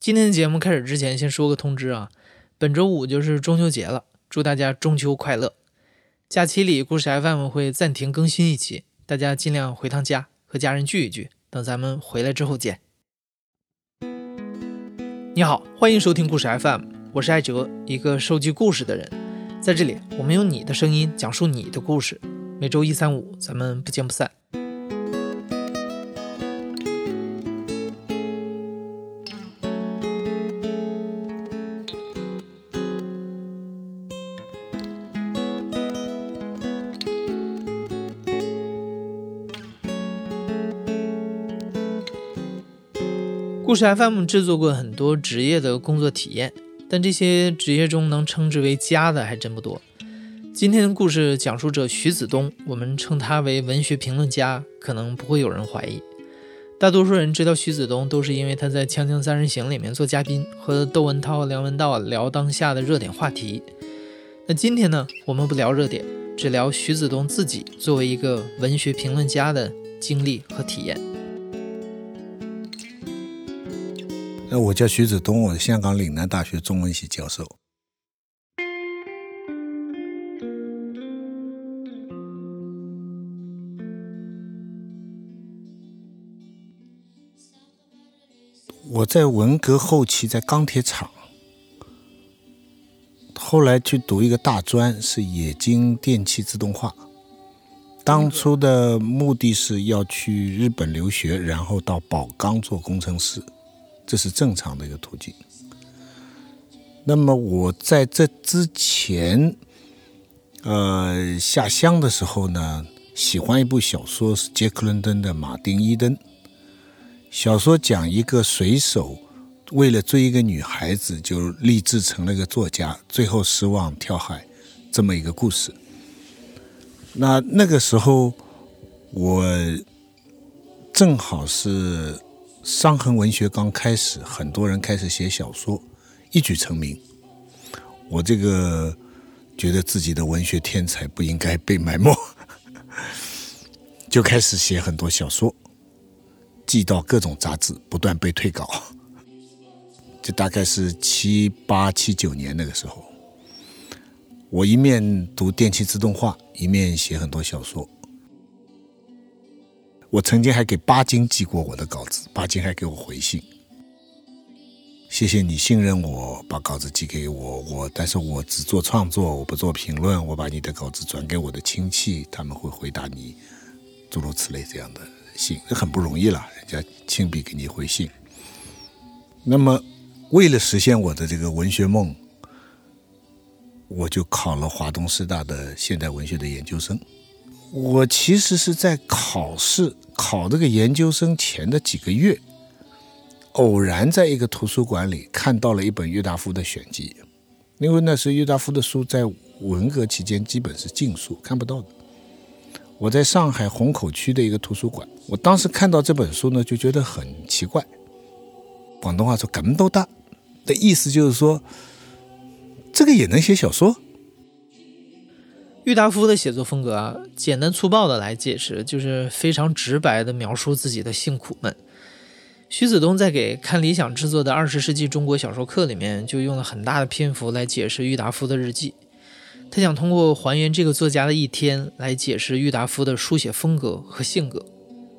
今天的节目开始之前，先说个通知啊，本周五就是中秋节了，祝大家中秋快乐。假期里故事 FM 会暂停更新一期，大家尽量回趟家，和家人聚一聚，等咱们回来之后见。你好，欢迎收听故事 FM， 我是艾哲，一个收集故事的人。在这里，我们用你的声音讲述你的故事。每周一、三、五，咱们不见不散。故事 FM 制作过很多职业的工作体验，但这些职业中能称之为家的还真不多。今天的故事讲述者徐子东，我们称他为文学评论家，可能不会有人怀疑。大多数人知道徐子东都是因为他在《锵锵三人行》里面做嘉宾，和窦文涛、梁文道聊当下的热点话题。那今天呢，我们不聊热点，只聊徐子东自己作为一个文学评论家的经历和体验。 我叫徐子东，我是香港岭南大学中文系教授。我在文革后期在钢铁厂，后来去读一个大专，是冶金电气自动化。当初的目的是要去日本留学，然后到宝钢做工程师，这是正常的一个途径。那么我在这之前下乡的时候呢，喜欢一部小说，是杰克伦敦的《马丁伊登》。小说讲一个水手为了追一个女孩子，就立志成了一个作家，最后失望跳海，这么一个故事。那个时候我正好是伤痕文学刚开始，很多人开始写小说，一举成名。我这个觉得自己的文学天才不应该被埋没，就开始写很多小说，寄到各种杂志，不断被退稿。这大概是78、79年那个时候，我一面读电气自动化，一面写很多小说。我曾经还给巴金寄过我的稿子，巴金还给我回信，谢谢你信任我，把稿子寄给我，但是我只做创作，我不做评论，我把你的稿子转给我的亲戚，他们会回答你，诸如此类这样的信，这很不容易了，人家亲笔给你回信。那么为了实现我的这个文学梦，我就考了华东师大的现代文学的研究生。我其实是在考这个研究生前的几个月，偶然在一个图书馆里看到了一本郁达夫的选集，因为那时郁达夫的书在文革期间基本是禁书，看不到的。我在上海虹口区的一个图书馆，我当时看到这本书呢，就觉得很奇怪。广东话说咁都得的意思就是说，这个也能写小说。 郁达夫的写作风格啊，简单粗暴的来解释，就是非常直白的描述自己的辛苦闷。徐子东在给看理想制作的20世纪中国小说课里面，就用了很大的篇幅来解释郁达夫的日记。他想通过还原这个作家的一天，来解释郁达夫的书写风格和性格。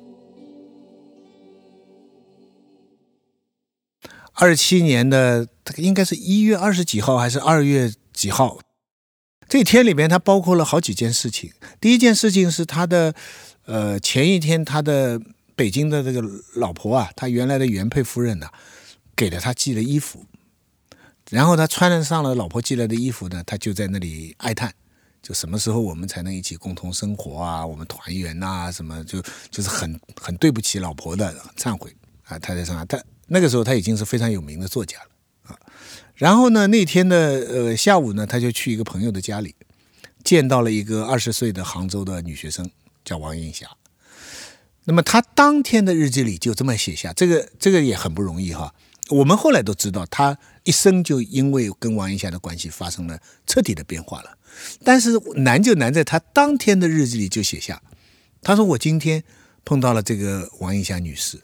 27年的应该是1月20几号还是2月几号，这一天里面他包括了好几件事情。第一件事情是他的前一天他的北京的这个老婆啊，他原来的原配夫人啊，给了他寄了衣服，然后他穿上了老婆寄来的衣服呢，他就在那里哀叹，就什么时候我们才能一起共同生活啊，我们团圆啊，什么就是很对不起老婆的，很忏悔啊。他在上海，他那个时候他已经是非常有名的作家了啊。然后呢，那天的下午呢，他就去一个朋友的家里，见到了一个20岁的杭州的女学生，叫王映霞。那么他当天的日记里就这么写下，这个也很不容易哈。我们后来都知道，他一生就因为跟王映霞的关系发生了彻底的变化了。但是难就难在他当天的日记里就写下，他说我今天碰到了这个王映霞女士，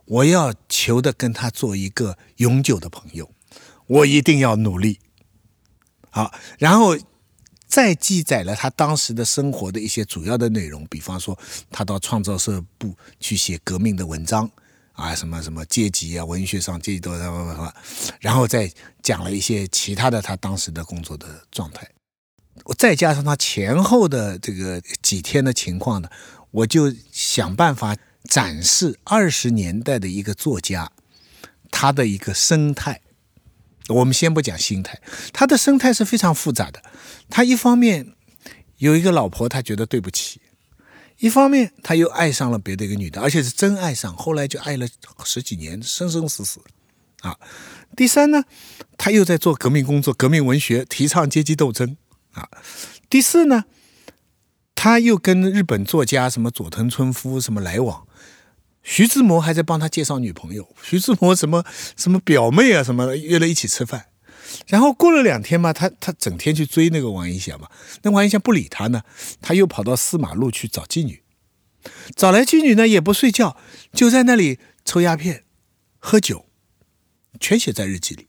我要求的跟他做一个永久的朋友，我一定要努力。好，然后再记载了他当时的生活的一些主要的内容，比方说他到创造社部去写革命的文章啊，什么什么阶级啊，文学上阶级都，然后再讲了一些其他的他当时的工作的状态。我再加上他前后的这个几天的情况呢，我就想办法展示20年代的一个作家他的一个生态。我们先不讲心态，他的生态是非常复杂的。他一方面有一个老婆，他觉得对不起，一方面他又爱上了别的一个女的，而且是真爱上，后来就爱了10几年，生生死死啊。第三呢，他又在做革命工作，革命文学，提倡阶级斗争啊。第四呢，他又跟日本作家什么佐藤春夫什么来往，徐志摩还在帮他介绍女朋友，徐志摩什么表妹啊什么的约了一起吃饭。然后过了2天嘛，他整天去追那个王映霞嘛，那王映霞不理他呢，他又跑到4马路去找妓女，找来妓女呢也不睡觉，就在那里抽鸦片喝酒，全写在日记里。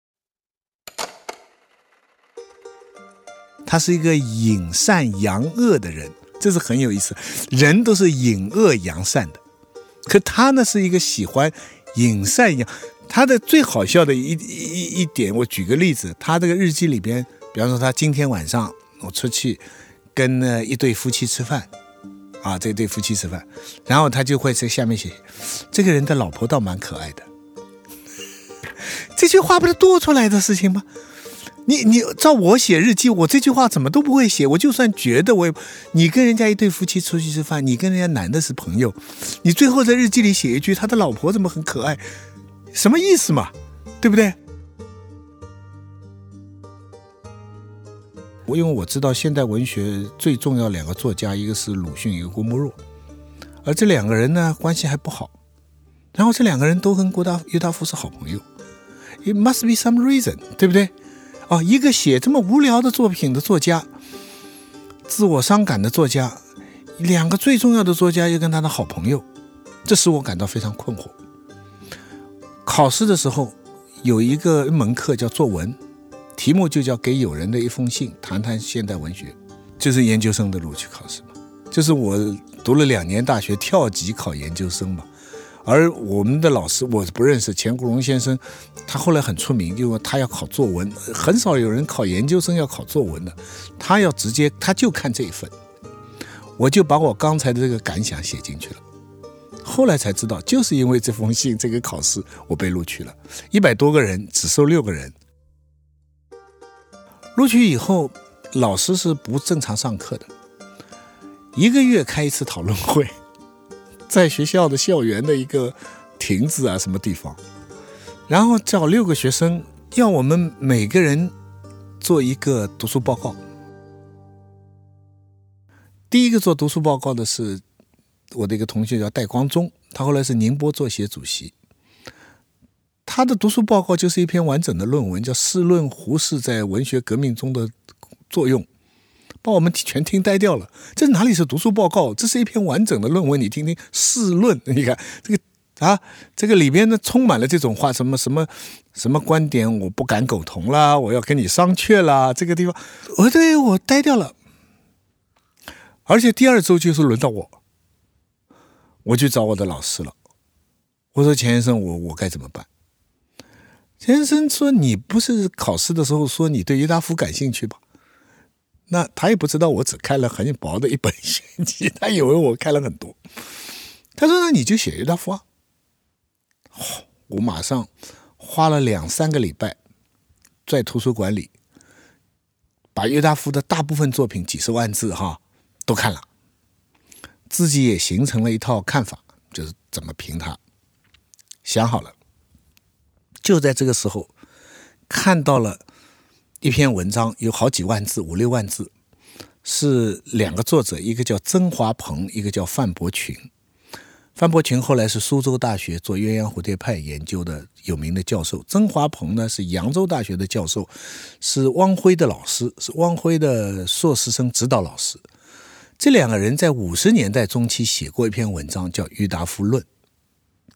他是一个隐善扬恶的人，这是很有意思，人都是隐恶扬善的，可他呢是一个喜欢隐善扬。他的最好笑的一点，我举个例子，他这个日记里边，比方说他今天晚上我出去跟一对夫妻吃饭啊，这对夫妻吃饭，然后他就会在下面写，这个人的老婆倒蛮可爱的。这句话不是多出来的事情吗？你照我写日记，我这句话怎么都不会写。我就算觉得你跟人家一对夫妻出去吃饭，你跟人家男的是朋友，你最后在日记里写一句他的老婆怎么很可爱，什么意思嘛？对不对？因为我知道现代文学最重要2个作家，一个是鲁迅，一个郭沫若，而这2个人呢关系还不好，然后这2个人都跟郁达夫是好朋友。It must be some reason， 对不对？一个写这么无聊的作品的作家，自我伤感的作家，2个最重要的作家又跟他的好朋友，这使我感到非常困惑。考试的时候有一门课叫作文，题目就叫给友人的一封信，谈谈现代文学，就是研究生的录取考试嘛，就是我读了2年大学跳级考研究生嘛。而我们的老师我不认识，钱谷荣先生，他后来很出名，因为他要考作文，很少有人考研究生要考作文的，他就看这一份，我就把我刚才的这个感想写进去了。后来才知道，就是因为这封信，这个考试我被录取了，100多个人只收6个人。录取以后，老师是不正常上课的，1个月开一次讨论会，在学校的校园的一个亭子啊什么地方，然后找6个学生，要我们每个人做一个读书报告。第一个做读书报告的是我的一个同学叫戴光忠，他后来是宁波作协主席。他的读书报告就是一篇完整的论文，叫《试论胡适在文学革命中的作用》，把我们全听呆掉了。这哪里是读书报告，这是一篇完整的论文，你听听试论，你看这个里边呢充满了这种话，什么观点我不敢苟同啦，我要跟你商榷啦，这个地方我呆掉了。而且第2周就是轮到我去找我的老师了，我说钱先生，我该怎么办？钱先生说，你不是考试的时候说你对郁达夫感兴趣吧？那他也不知道我只看了很薄的一本选集，他以为我看了很多。他说那你就写郁达夫啊。我马上花了2-3个礼拜在图书馆里把郁达夫的大部分作品几十万字都看了，自己也形成了一套看法，就是怎么评他，想好了。就在这个时候看到了一篇文章，有好几万字，5-6万字，是2个作者，一个叫曾华鹏，一个叫范伯群。范伯群后来是苏州大学做鸳鸯蝴蝶派研究的有名的教授，曾华鹏呢是扬州大学的教授，是汪晖的老师，是汪晖的硕士生指导老师。这2个人在50年代中期写过一篇文章叫《郁达夫论》，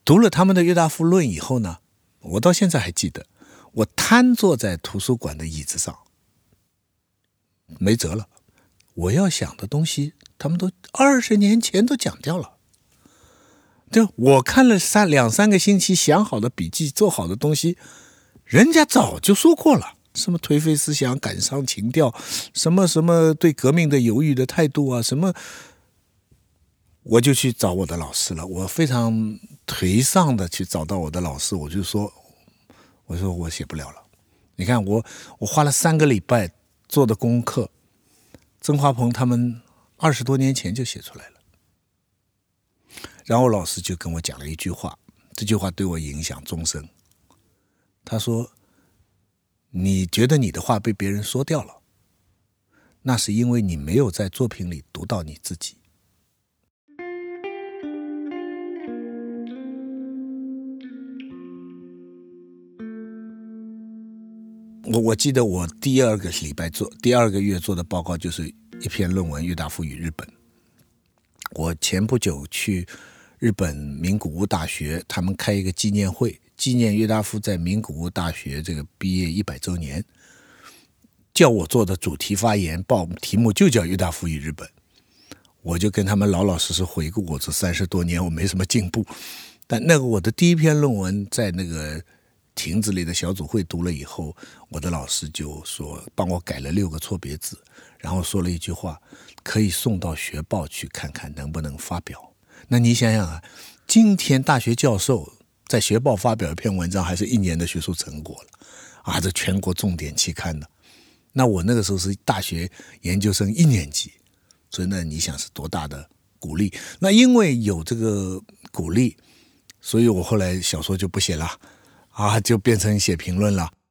读了他们的郁达夫论以后呢，我到现在还记得，我瘫坐在图书馆的椅子上，没辙了，我要想的东西他们都20年前都讲掉了。就我看了两三个星期想好的笔记做好的东西，人家早就说过了，什么颓废思想感伤情调，什么什么对革命的犹豫的态度啊，什么，我就去找我的老师了。我非常颓丧的去找到我的老师，我说我写不了了。你看我花了3个礼拜做的功课，曾华鹏他们20多年前就写出来了。然后老师就跟我讲了一句话，这句话对我影响终生。他说，你觉得你的话被别人说掉了，那是因为你没有在作品里读到你自己。我记得我第2个月做的报告就是一篇论文《郁达夫与日本》。我前不久去日本名古屋大学，他们开一个纪念会，纪念郁达夫在名古屋大学这个毕业100周年，叫我做的主题发言，题目就叫《郁达夫与日本》。我就跟他们老老实实回顾我这30多年我没什么进步，但那个我的第一篇论文在那个亭子里的小组会读了以后，我的老师就说帮我改了6个错别字，然后说了一句话，可以送到学报去看看能不能发表。那你想想啊，今天大学教授在学报发表一篇文章还是1年的学术成果了啊，这全国重点期刊的。那我那个时候是大学研究生1年级，所以呢你想是多大的鼓励。那因为有这个鼓励，所以我后来小说就不写了啊，就变成写评论了。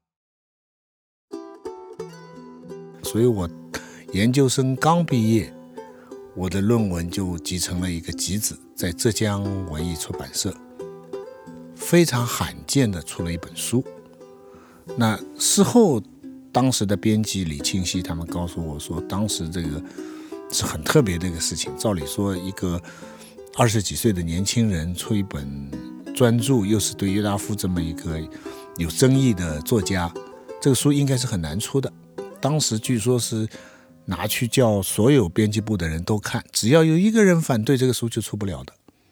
所以我研究生刚毕业，我的论文就集成了一个集子，在浙江文艺出版社非常罕见的出了一本书。那事后当时的编辑李庆熙他们告诉我说，当时这个是很特别的一个事情，照理说一个20几岁的年轻人出一本专著，又是对郁达夫这么一个有争议的作家，这个书应该是很难出的。当时据说是拿去叫所有编辑部的人都看，只要有1个人反对，这个书就出不了的。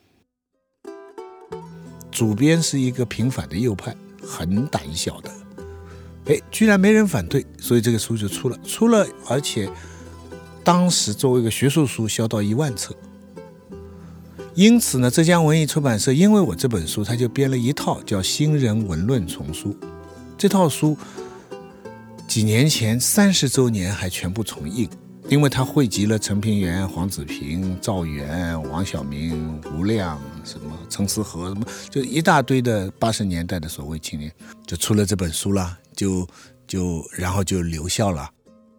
主编是一个平反的右派，很胆小的，居然没人反对，所以这个书就出了，而且当时作为一个学术书销到1万册。因此呢，浙江文艺出版社因为我这本书，他就编了一套叫《新人文论丛书》。这套书几年前30周年还全部重印，因为它汇集了陈平原、黄子平、赵元、王晓明、吴亮、什么陈思和，什么就一大堆的80年代的所谓青年，就出了这本书了，然后就留校了。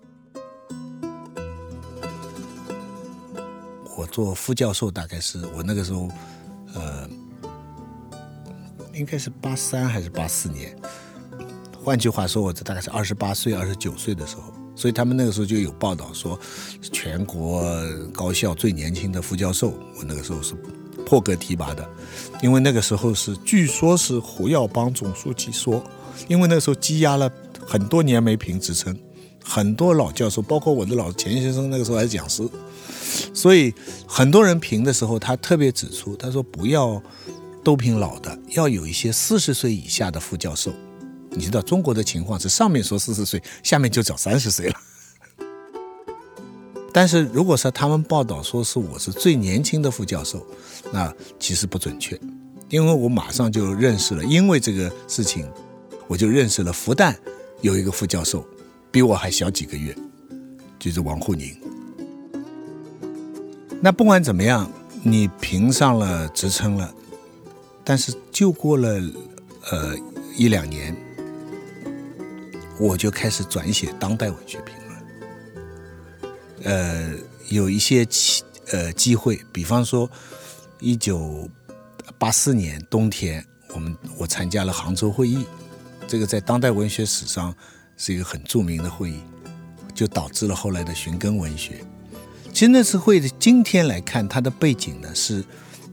我做副教授大概是我那个时候应该是83还是84年，换句话说我这大概是28岁29岁的时候，所以他们那个时候就有报道说全国高校最年轻的副教授，我那个时候是破格提拔的。因为那个时候据说是胡耀邦总书记说，因为那个时候积压了很多年没评职称，很多老教授包括我的老钱先生那个时候还是讲师，所以很多人评的时候他特别指出，他说不要都评老的，要有一些40岁以下的副教授。你知道中国的情况是上面说40岁，下面就找30岁了。但是如果是他们报道说是我是最年轻的副教授，那其实不准确，因为我马上就认识了，因为这个事情我就认识了复旦有一个副教授比我还小几个月，就是王沪宁。那不管怎么样，你评上了职称了，但是就过了1-2年，我就开始转写当代文学评论。有一些机会，比方说1984年冬天，我参加了杭州会议，这个在当代文学史上是一个很著名的会议，就导致了后来的寻根文学。其实那次会的今天来看，它的背景呢是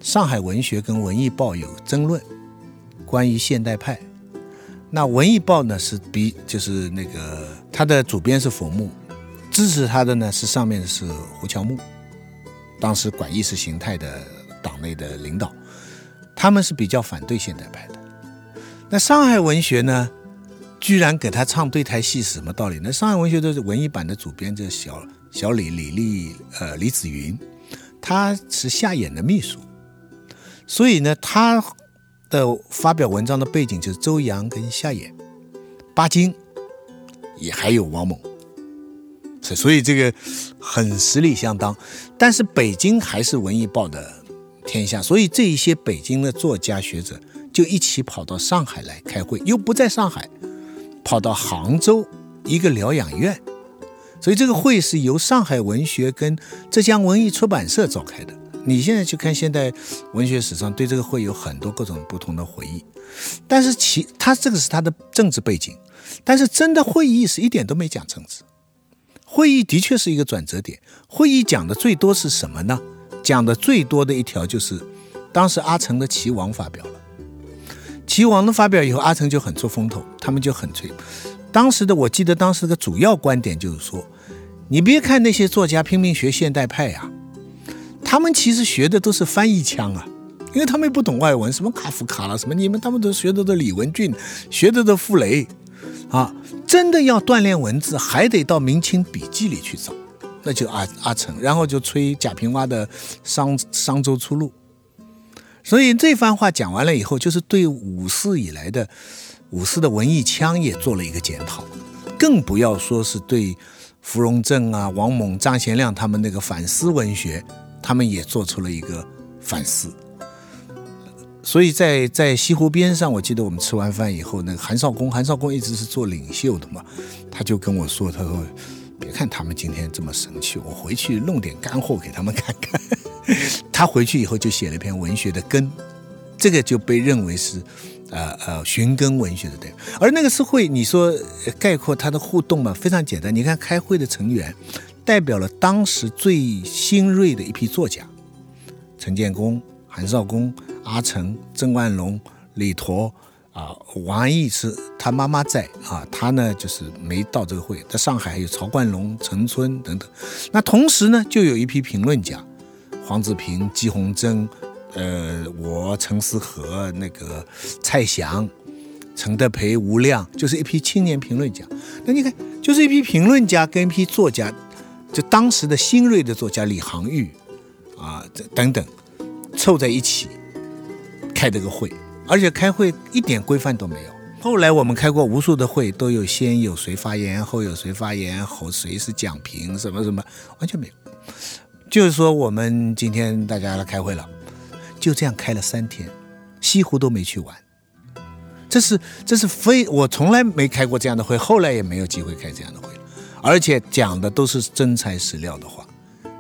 上海文学跟文艺报有争论，关于现代派。那文艺报呢就是那个他的主编是佛木，支持他的呢是上面是胡乔木，当时管意识形态的党内的领导，他们是比较反对现代派的。那上海文学呢，居然给他唱对台戏是什么道理呢？上海文学的文艺版的主编这小李子云，他是夏衍的秘书，所以呢，他的发表文章的背景就是周扬跟夏衍，巴金也还有王蒙，所以这个很实力相当。但是北京还是文艺报的天下，所以这一些北京的作家学者就一起跑到上海来开会，又不在上海，跑到杭州一个疗养院，所以这个会是由上海文学跟浙江文艺出版社召开的。你现在去看现代文学史上对这个会有很多各种不同的回忆，但是他这个是他的政治背景，但是真的会议是一点都没讲政治。会议的确是一个转折点，会议讲的最多是什么呢？讲的最多的一条就是当时阿城的棋王发表了，棋王的发表以后，阿城就很出风头，他们就很吹。我记得当时的主要观点就是说，你别看那些作家拼命学现代派啊，他们其实学的都是翻译腔啊，因为他们也不懂外文，什么卡夫卡了，什么他们都学的都李文俊，学的都傅雷啊。真的要锻炼文字，还得到明清笔记里去找，那就阿城，然后就吹贾平凹的商周出路。所以这番话讲完了以后，就是对五四的文艺腔也做了一个检讨，更不要说是对芙蓉镇啊、王蒙、张贤亮他们那个反思文学，他们也做出了一个反思。所以在西湖边上，我记得我们吃完饭以后，那个韩少功一直是做领袖的嘛，他就跟我说，他说别看他们今天这么生气，我回去弄点干货给他们看看。他回去以后就写了一篇文学的根，这个就被认为是寻根文学的代表。而那个是会，你说概括他的互动嘛，非常简单。你看开会的成员代表了当时最新锐的一批作家，陈建功、韩少功、阿城、郑万龙、李陀王安忆是他妈妈在他呢就是没到这个会。在上海还有曹冠龙、陈村等等。那同时呢，就有一批评论家，黄子平、季鸿珍、陈思和、那个蔡翔、陈德培、吴亮，就是一批青年评论家。那你看，就是一批评论家跟一批作家，就当时的新锐的作家李航玉等等，凑在一起开这个会，而且开会一点规范都没有。后来我们开过无数的会，都有先有谁发言，后有谁发言，后谁是讲评，什么什么，完全没有。就是说我们今天大家来开会了，就这样开了3天，西湖都没去玩。这是我从来没开过这样的会，后来也没有机会开这样的会了，而且讲的都是真材实料的话，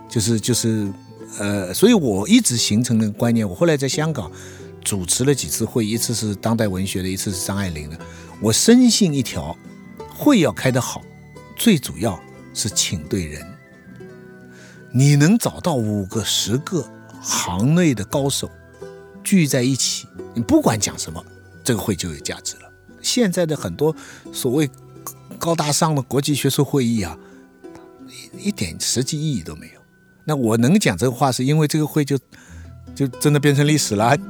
所以我一直形成了观念。我后来在香港主持了几次会，一次是当代文学的，一次是张爱玲的。我深信一条，会要开得好，最主要是请对人。你能找到5个10个行内的高手聚在一起，你不管讲什么，这个会就有价值了。现在的很多所谓高大上的国际学术会议一点实际意义都没有。那我能讲这个话，是因为这个会就真的变成历史了。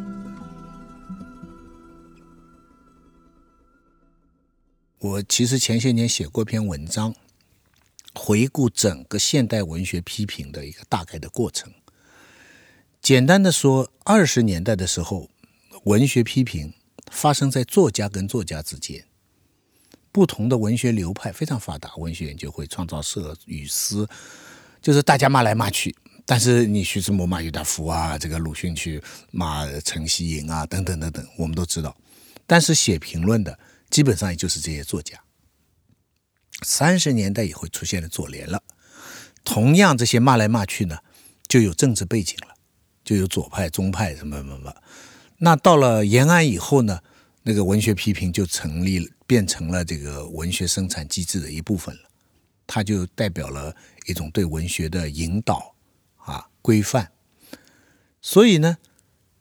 我其实前些年写过篇文章，回顾整个现代文学批评的一个大概的过程。简单的说，20年代的时候，文学批评发生在作家跟作家之间，不同的文学流派非常发达，文学研究会、创造社、语丝，就是大家骂来骂去。但是你徐志摩骂郁达夫这个鲁迅去骂陈希莹等等等等，我们都知道。但是写评论的基本上也就是这些作家。30年代以后出现了左联了，同样这些骂来骂去呢，就有政治背景了，就有左派、中派什么什么。那到了延安以后呢，那个文学批评就变成了这个文学生产机制的一部分了。它就代表了一种对文学的引导规范。所以呢，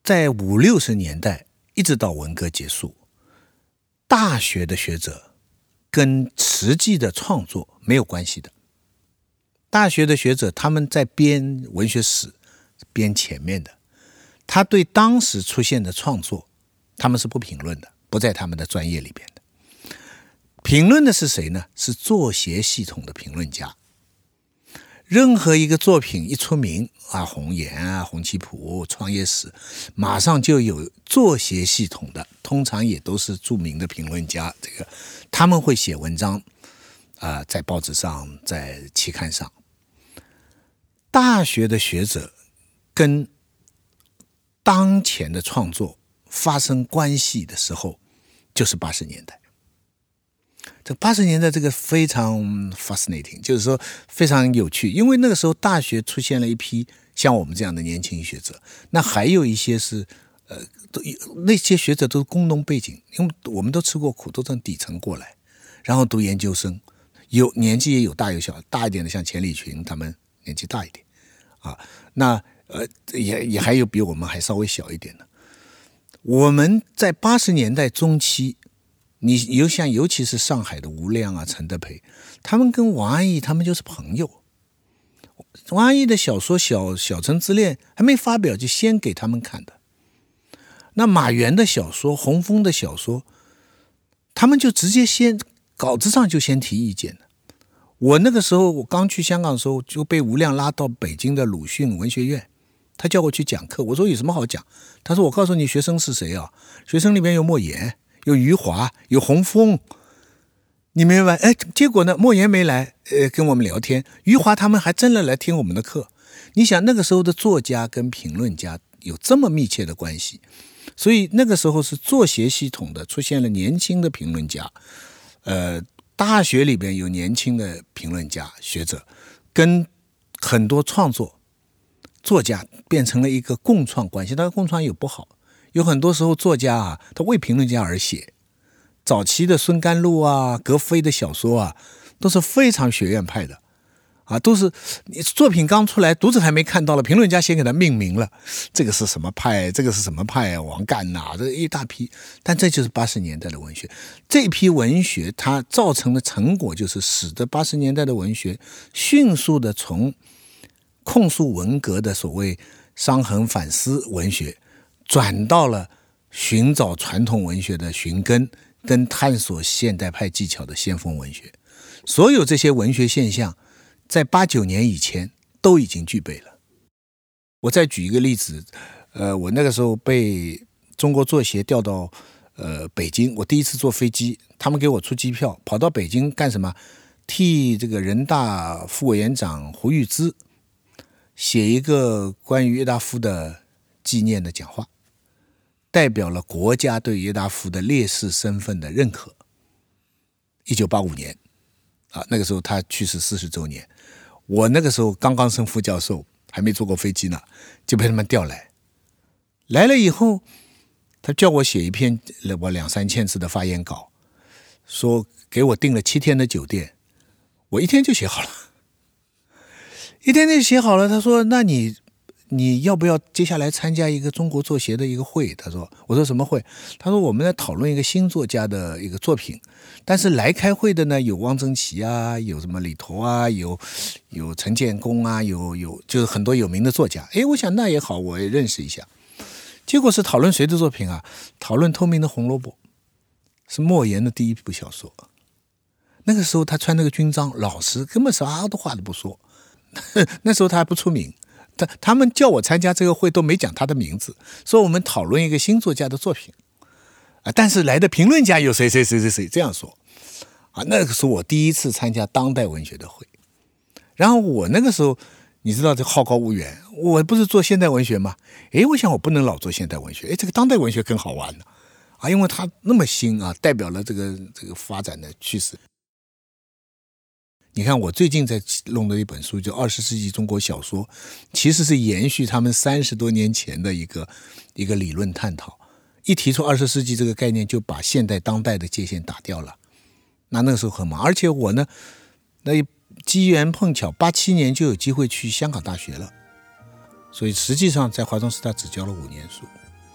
在50、60年代一直到文革结束，大学的学者跟实际的创作没有关系的。大学的学者他们在编文学史，编前面的，他对当时出现的创作他们是不评论的，不在他们的专业里边的。评论的是谁呢？是作协系统的评论家。任何一个作品一出名啊，红岩啊、洪七普、创业史，马上就有作协系统的，通常也都是著名的评论家，他们会写文章在报纸上，在期刊上。大学的学者跟当前的创作发生关系的时候，就是80年代。这80年代这个非常 fascinating， 就是说非常有趣，因为那个时候大学出现了一批像我们这样的年轻学者，那还有一些是那些学者都是工农背景，因为我们都吃过苦，都从底层过来，然后读研究生，有年纪也有大有小，大一点的像钱理群他们年纪大一点啊，那也还有比我们还稍微小一点的。我们在80年代中期，你尤其是上海的吴亮啊、陈德培，他们跟王安忆他们就是朋友。王安忆的小说《小城之恋》还没发表就先给他们看的。那马原的小说、洪峰的小说，他们就直接先稿子上就先提意见了。我那个时候我刚去香港的时候，就被吴亮拉到北京的鲁迅文学院，他叫我去讲课。我说有什么好讲？他说我告诉你学生是谁啊？学生里面有莫言，有余华，有洪峰，你明白？结果呢，莫言没来，跟我们聊天，余华他们还真的来听我们的课。你想那个时候的作家跟评论家有这么密切的关系，所以那个时候是作协系统的出现了年轻的评论家，大学里边有年轻的评论家学者，跟很多创作作家变成了一个共创关系。当然共创有不好，有很多时候作家啊，他为评论家而写。早期的孙甘露啊、格非的小说啊，都是非常学院派的啊，都是你作品刚出来，读者还没看到了，评论家先给他命名了，这个是什么派，这个是什么派，王干呐，这一大批。但这就是80年代的文学，这批文学它造成的成果，就是使得80年代的文学迅速的从控诉文革的所谓伤痕反思文学，转到了寻找传统文学的寻根，跟探索现代派技巧的先锋文学。所有这些文学现象在89年以前都已经具备了。我再举一个例子，我那个时候被中国作协调到北京，我第一次坐飞机，他们给我出机票，跑到北京干什么？替这个人大副委员长胡玉芝写一个关于郁达夫的纪念的讲话，代表了国家对郁达夫的烈士身份的认可。1985年那个时候他去世40周年，我那个时候刚刚升副教授，还没坐过飞机呢，就被他们调来了以后，他叫我写一篇我2-3千字的发言稿，说给我订了7天的酒店，我1天就写好了，他说那你要不要接下来参加一个中国作协的一个会？他说，我说什么会？他说我们在讨论一个新作家的一个作品，但是来开会的呢有汪曾祺啊，有什么李陀啊，有陈建功啊，有就是很多有名的作家。我想那也好，我也认识一下。结果是讨论谁的作品啊？讨论《透明的红萝卜》，是莫言的第一部小说。那个时候他穿那个军装，老实，根本啥的话都不说。那时候他还不出名。他们叫我参加这个会都没讲他的名字，说我们讨论一个新作家的作品但是来的评论家有谁这样说那个是我第一次参加当代文学的会。然后我那个时候你知道这好高骛远，我不是做现代文学吗？我想我不能老做现代文学，这个当代文学更好玩了因为它那么新代表了这个发展的趋势。你看我最近在弄的一本书叫《20世纪中国小说》，其实是延续他们30多年前的一个理论探讨。一提出20世纪这个概念，就把现代当代的界限打掉了。那个时候很忙，而且我呢，那机缘碰巧87年就有机会去香港大学了，所以实际上在华中师大只教了5年书。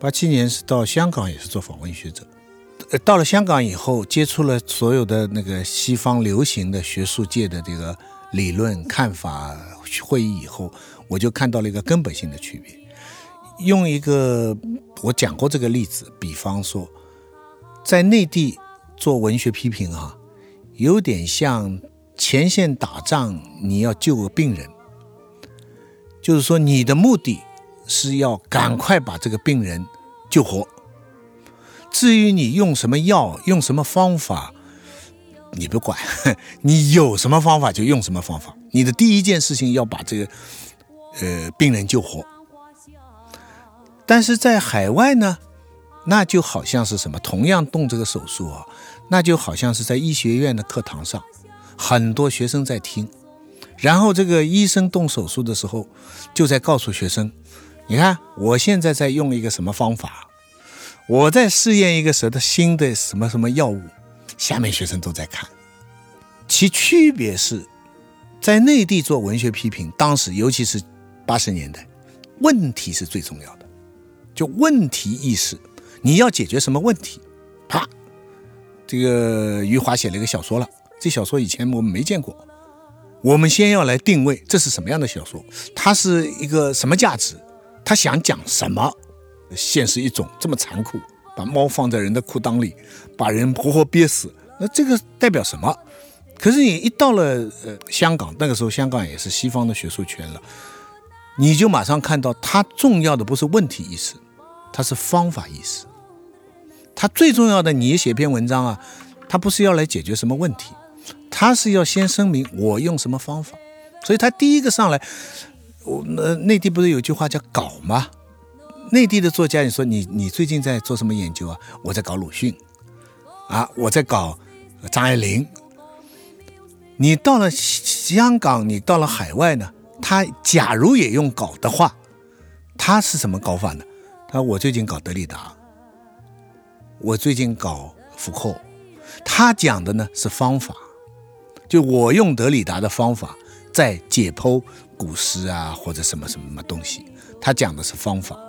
87年是到香港，也是做访问学者。到了香港以后，接触了所有的那个西方流行的学术界的这个理论看法会议以后，我就看到了一个根本性的区别。用一个我讲过这个例子，比方说在内地做文学批评有点像前线打仗，你要救个病人，就是说你的目的是要赶快把这个病人救活，至于你用什么药用什么方法你不管，你有什么方法就用什么方法，你的第一件事情要把这个病人救活。但是在海外呢，那就好像是什么，同样动这个手术那就好像是在医学院的课堂上，很多学生在听，然后这个医生动手术的时候就在告诉学生，你看我现在在用一个什么方法，我在试验一个新的什么什么药物，下面学生都在看。其区别是在内地做文学批评，当时尤其是80年代，问题是最重要的，就问题意识，你要解决什么问题。啪，这个余华写了一个小说了，这小说以前我们没见过，我们先要来定位这是什么样的小说，它是一个什么价值，他想讲什么。现实一种这么残酷，把猫放在人的裤裆里，把人活活憋死，那这个代表什么？可是你一到了香港，那个时候香港也是西方的学术圈了，你就马上看到它重要的不是问题意识，它是方法意识。它最重要的，你写篇文章它不是要来解决什么问题，它是要先声明我用什么方法。所以它第一个上来，内地不是有句话叫搞吗？内地的作家，你说你最近在做什么研究我在搞鲁迅我在搞张爱玲。你到了香港，你到了海外呢，他假如也用搞的话，他是什么搞法呢？我最近搞德里达，我最近搞福寇。他讲的呢是方法，就我用德里达的方法在解剖古诗或者什么什么东西，他讲的是方法。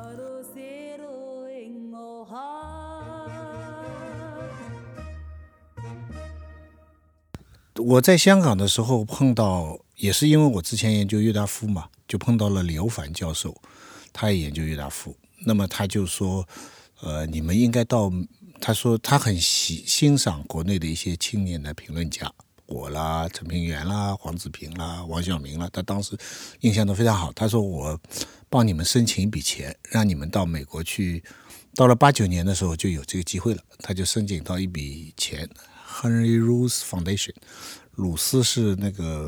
我在香港的时候碰到，也是因为我之前研究郁达夫嘛，就碰到了李欧梵教授，他也研究郁达夫。那么他就说你们应该到，他说他很欣赏国内的一些青年的评论家，我啦、陈平原啦、黄子平啦、王晓明啦，他当时印象都非常好。他说我帮你们申请一笔钱，让你们到美国去。到了89年的时候就有这个机会了，他就申请到一笔钱， Henry Rouse Foundation。 鲁斯是那个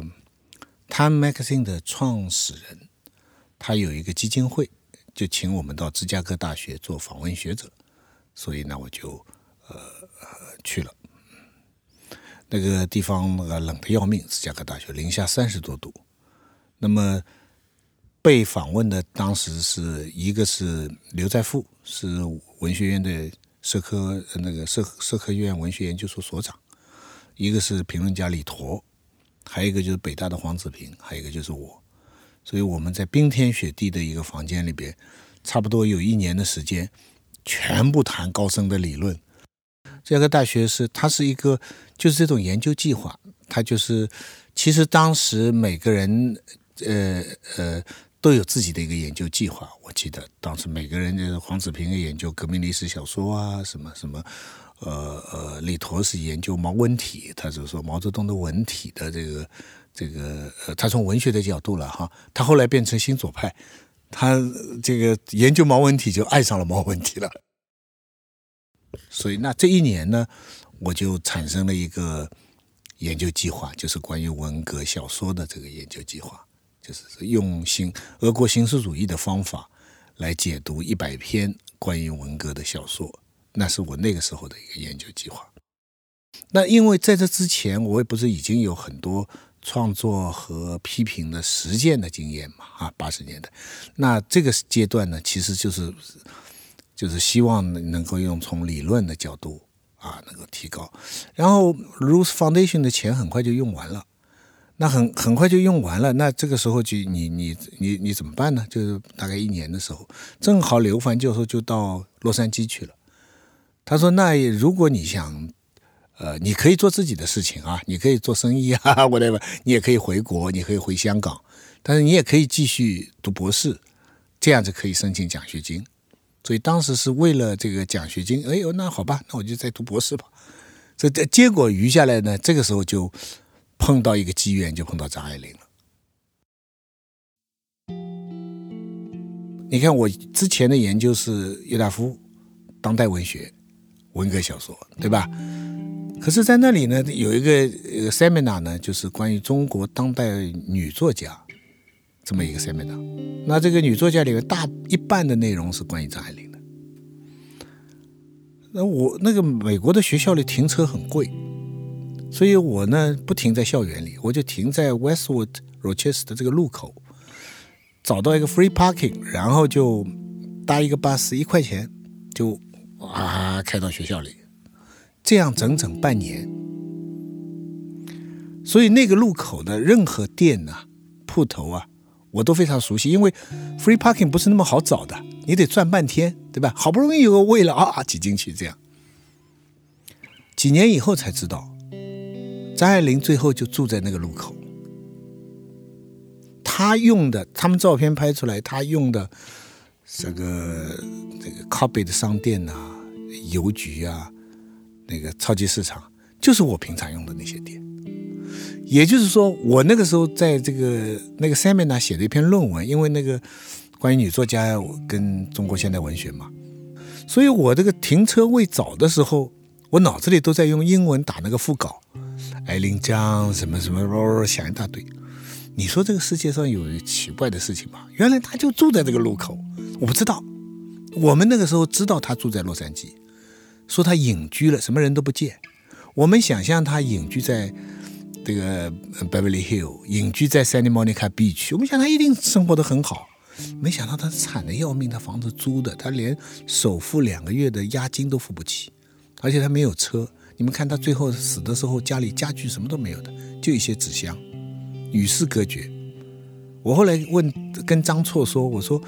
Time Magazine 的创始人，他有一个基金会，就请我们到芝加哥大学做访问学者，所以呢我就去了。那个地方冷得要命，芝加哥大学零下30多度。那么被访问的当时是一个是刘在富，是文学院的社科院文学研究所所长，一个是评论家李陀，还有一个就是北大的黄子平，还有一个就是我。所以我们在冰天雪地的一个房间里边，差不多有1年的时间，全部谈高僧的理论。这个大学它是一个就是这种研究计划，它就是其实当时每个人都有自己的一个研究计划。我记得当时每个人，黄子平研究革命历史小说什么什么，李陀是研究毛文体，他就说毛泽东的文体的这个他从文学的角度了他后来变成新左派，他这个研究毛文体就爱上了毛文体了。所以那这1年呢，我就产生了一个研究计划，就是关于文革小说的这个研究计划，就是用俄国形式主义的方法来解读100篇关于文革的小说，那是我那个时候的一个研究计划。那因为在这之前我也不是已经有很多创作和批评的实践的经验嘛80年代。那这个阶段呢，其实就是希望能够用从理论的角度能够提高。然后 Rouse Foundation 的钱很快就用完了， 那很快就用完了。那这个时候就你怎么办呢？就是大概1年的时候，正好刘凡教授就到洛杉矶去了。他说：“那如果你想，你可以做自己的事情啊，你可以做生意啊，whatever，你也可以回国，你可以回香港，但是你也可以继续读博士，这样子可以申请奖学金。所以当时是为了这个奖学金，哎呦，那好吧，那我就再读博士吧。这结果余下来呢，这个时候就碰到一个机缘，就碰到张爱玲了。你看我之前的研究是郁达夫当代文学文革小说，对吧？可是在那里呢，有一个seminar 呢，就是关于中国当代女作家这么一个 seminar。那这个女作家里面一半的内容是关于张爱玲的。那我那个美国的学校里停车很贵，所以我呢不停在校园里，我就停在 Westwood Rochester 的这个路口，找到一个 free parking， 然后就搭一个巴士1块钱，就开到学校里，这样整整半年。所以那个路口的任何店啊、铺头啊，我都非常熟悉，因为 free parking 不是那么好找的，你得转半天，对吧？好不容易有个位了挤进去，这样。几年以后才知道，张爱玲最后就住在那个路口。他们照片拍出来，他用的这个靠北的商店啊、邮局啊、那个超级市场，就是我平常用的那些店。也就是说，我那个时候在那个 seminar 写了一篇论文，因为那个关于女作家跟中国现代文学嘛，所以我这个停车位找的时候，我脑子里都在用英文打那个副稿，艾琳江什么什么，想一大堆。你说这个世界上有奇怪的事情吗？原来他就住在这个路口，我不知道。我们那个时候知道他住在洛杉矶，说他隐居了，什么人都不见。我们想象他隐居在这个 Beverly Hill， 隐居在 Santa Monica Beach， 我们想他一定生活得很好。没想到他惨得要命，他房子租的，他连首付2个月的押金都付不起，而且他没有车。你们看他最后死的时候，家里家具什么都没有的，就一些纸箱，与世隔绝。我后来跟张错说，我说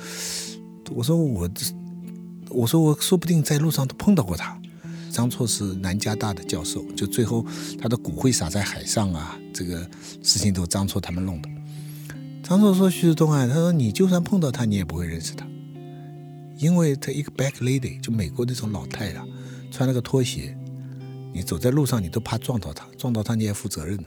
我说不定在路上都碰到过他。张错是南加大的教授，就最后他的骨灰撒在海上啊，这个事情都张错他们弄的。张错说：“徐志东啊，他说你就算碰到他，你也不会认识他，因为他一个 back lady， 就美国那种老太太，穿了个拖鞋，你走在路上你都怕撞到他，撞到他你也负责任的。”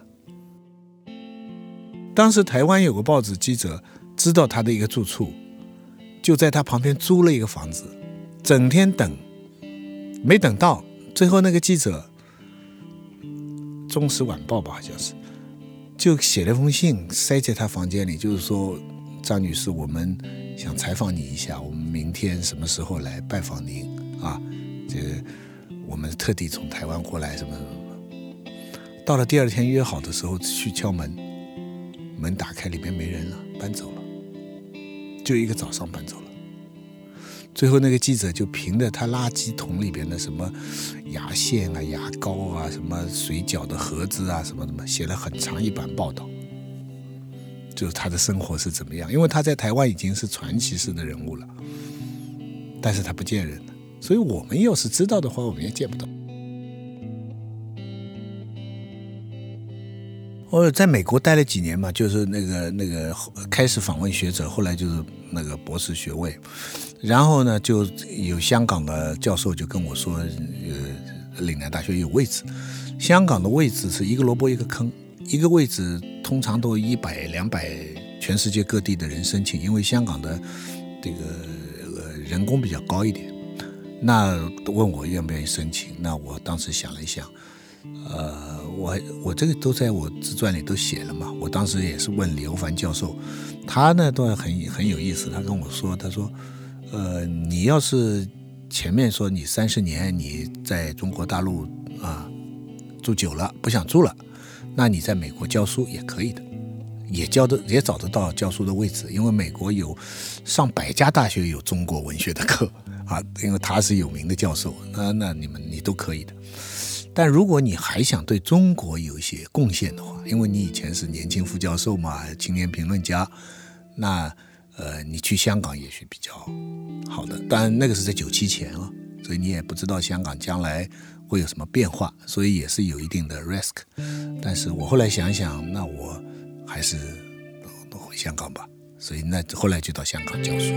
当时台湾有个报纸记者知道他的一个住处，就在他旁边租了一个房子，整天等，没等到，最后那个记者，中时晚报吧好像是，就写了封信塞在他房间里，就是说，张女士，我们想采访你一下，我们明天什么时候来拜访您啊？我们特地从台湾过来什么什么。到了第2天约好的时候去敲门，门打开，里面没人了，搬走了，就一个早上搬走了。最后那个记者就凭着他垃圾桶里边的什么牙线啊、牙膏啊、什么水饺的盒子啊什么的，写了很长一版报道，就是他的生活是怎么样。因为他在台湾已经是传奇式的人物了，但是他不见人了，所以我们要是知道的话，我们也见不到。我在美国待了几年嘛，就是那个开始访问学者，后来就是那个博士学位，然后呢就有香港的教授就跟我说，岭南大学有位置，香港的位置是一个萝卜一个坑，一个位置通常都100、200，全世界各地的人申请，因为香港的这个人工比较高一点，那问我愿不愿意申请，那我当时想了一想。我这个都在我自传里都写了嘛。我当时也是问刘凡教授，他呢倒很有意思。他跟我说，他说，你要是前面说你30年你在中国大陆住久了不想住了，那你在美国教书也可以的，也找得到教书的位置，因为美国有上100家大学有中国文学的课啊，因为他是有名的教授，那你都可以的。 但如果你还想对中国有一些贡献的话，因为你以前是年轻副教授嘛，青年评论家，那你去香港也许比较好的。当然那个是在97前啊，所以你也不知道香港将来会有什么变化，所以也是有一定的 risk。但是我后来想想，那我还是回香港吧，所以那后来就到香港教书。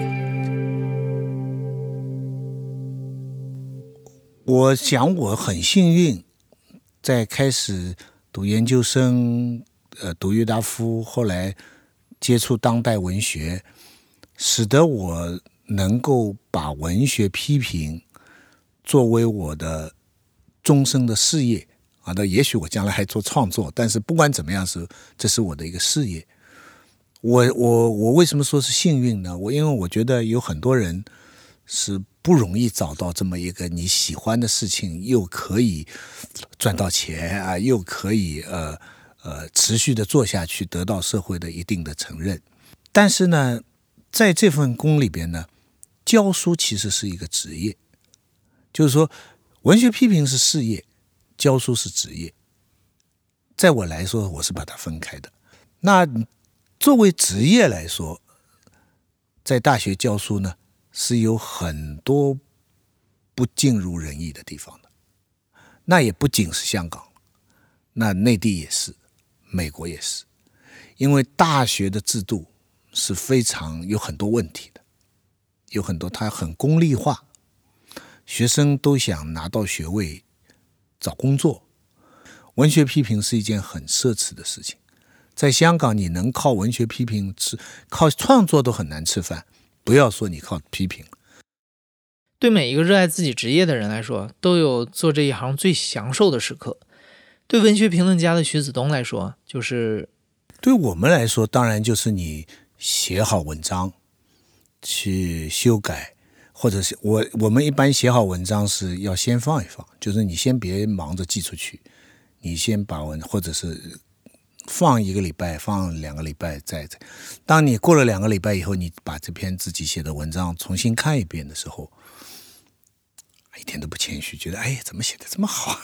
我想我很幸运，在开始读研究生，读郁达夫，后来接触当代文学，使得我能够把文学批评作为我的终生的事业啊。那也许我将来还做创作，但是不管怎么样，这是我的一个事业。我为什么说是幸运呢？因为我觉得有很多人是不容易找到这么一个你喜欢的事情，又可以赚到钱啊，又可以持续的做下去，得到社会的一定的承认。但是呢，在这份工里边呢，教书其实是一个职业，就是说文学批评是事业，教书是职业。在我来说，我是把它分开的。那作为职业来说，在大学教书呢，是有很多不尽如人意的地方的。那也不仅是香港，那内地也是，美国也是。因为大学的制度是非常有很多问题的，有很多它很功利化，学生都想拿到学位找工作，文学批评是一件很奢侈的事情。在香港你能靠文学批评靠创作都很难吃饭，不要说你靠批评。 对每一个热爱自己职业的人来说，都有做这一行最享受的时刻。对文学评论家的徐子东来说，就是对我们来说，当然就是你写好文章去修改，或者是我们一般写好文章是要先放一放，就是你先别忙着寄出去，你先把或者是放1个礼拜，放2个礼拜，再当你过了2个礼拜以后，你把这篇自己写的文章重新看一遍的时候，一点都不谦虚，觉得哎，怎么写的这么好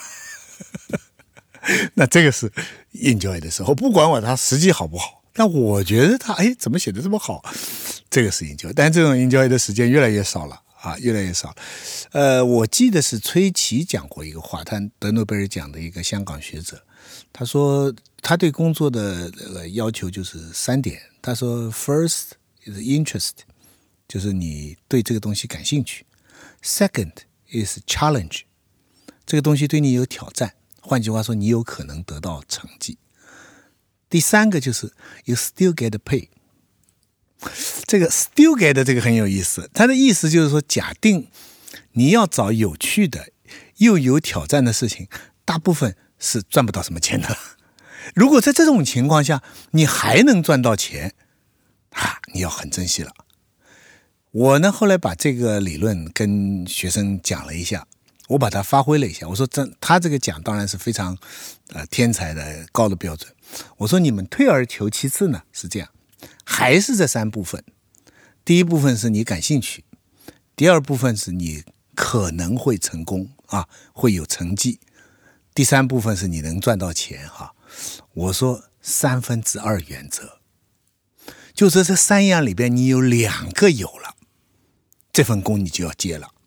那这个是 enjoy 的时候，不管它实际好不好，但我觉得它怎么写的这么好，这个是 enjoy。 但这种 enjoy 的时间越来越少了啊，越来越少了。我记得是崔琦讲过一个话，他得诺贝尔奖的一个香港学者，他说他对工作的要求就是3点。他说 First is interest， 就是你对这个东西感兴趣。 Second is challenge， 这个东西对你有挑战，换句话说你有可能得到成绩。第3个就是 you still get paid。 这个 still get 这个很有意思，它的意思就是说，假定你要找有趣的又有挑战的事情，大部分是赚不到什么钱的。如果在这种情况下你还能赚到钱你要很珍惜了。我呢后来把这个理论跟学生讲了一下，我把它发挥了一下。我说他这个讲当然是非常天才的高的标准。我说你们退而求其次呢，是这样，还是这3部分。第一部分是你感兴趣，第二部分是你可能会成功会有成绩，第3部分是你能赚到钱我说2/3原则，就是这3样里边你有2个有了，这份工你就要接了。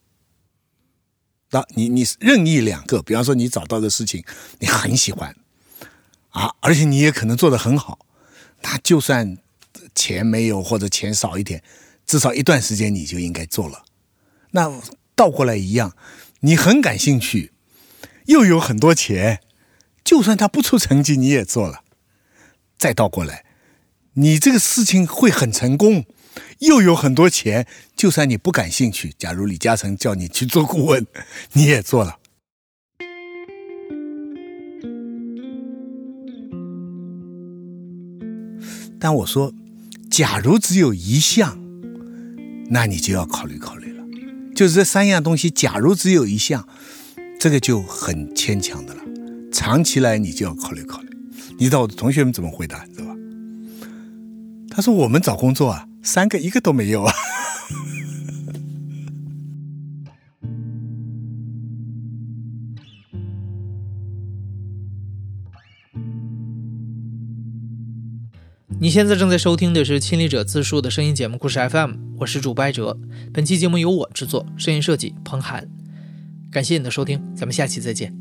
你任意2个，比方说你找到的事情你很喜欢而且你也可能做得很好，那就算钱没有或者钱少一点，至少一段时间你就应该做了。那倒过来一样，你很感兴趣又有很多钱，就算他不出成绩你也做了。再倒过来，你这个事情会很成功，又有很多钱，就算你不感兴趣，假如李嘉诚叫你去做顾问你也做了。但我说假如只有1项，那你就要考虑考虑了。就是这3样东西假如只有1项，这个就很牵强的了，长期来你就要考虑考虑。你知道我的同学们怎么回答知道吧？他说我们找工作3个1个都没有你现在正在收听的是亲历者自述的声音节目故事 FM， 我是主播艾哲。本期节目由我制作，声音设计彭涵。感谢你的收听，咱们下期再见。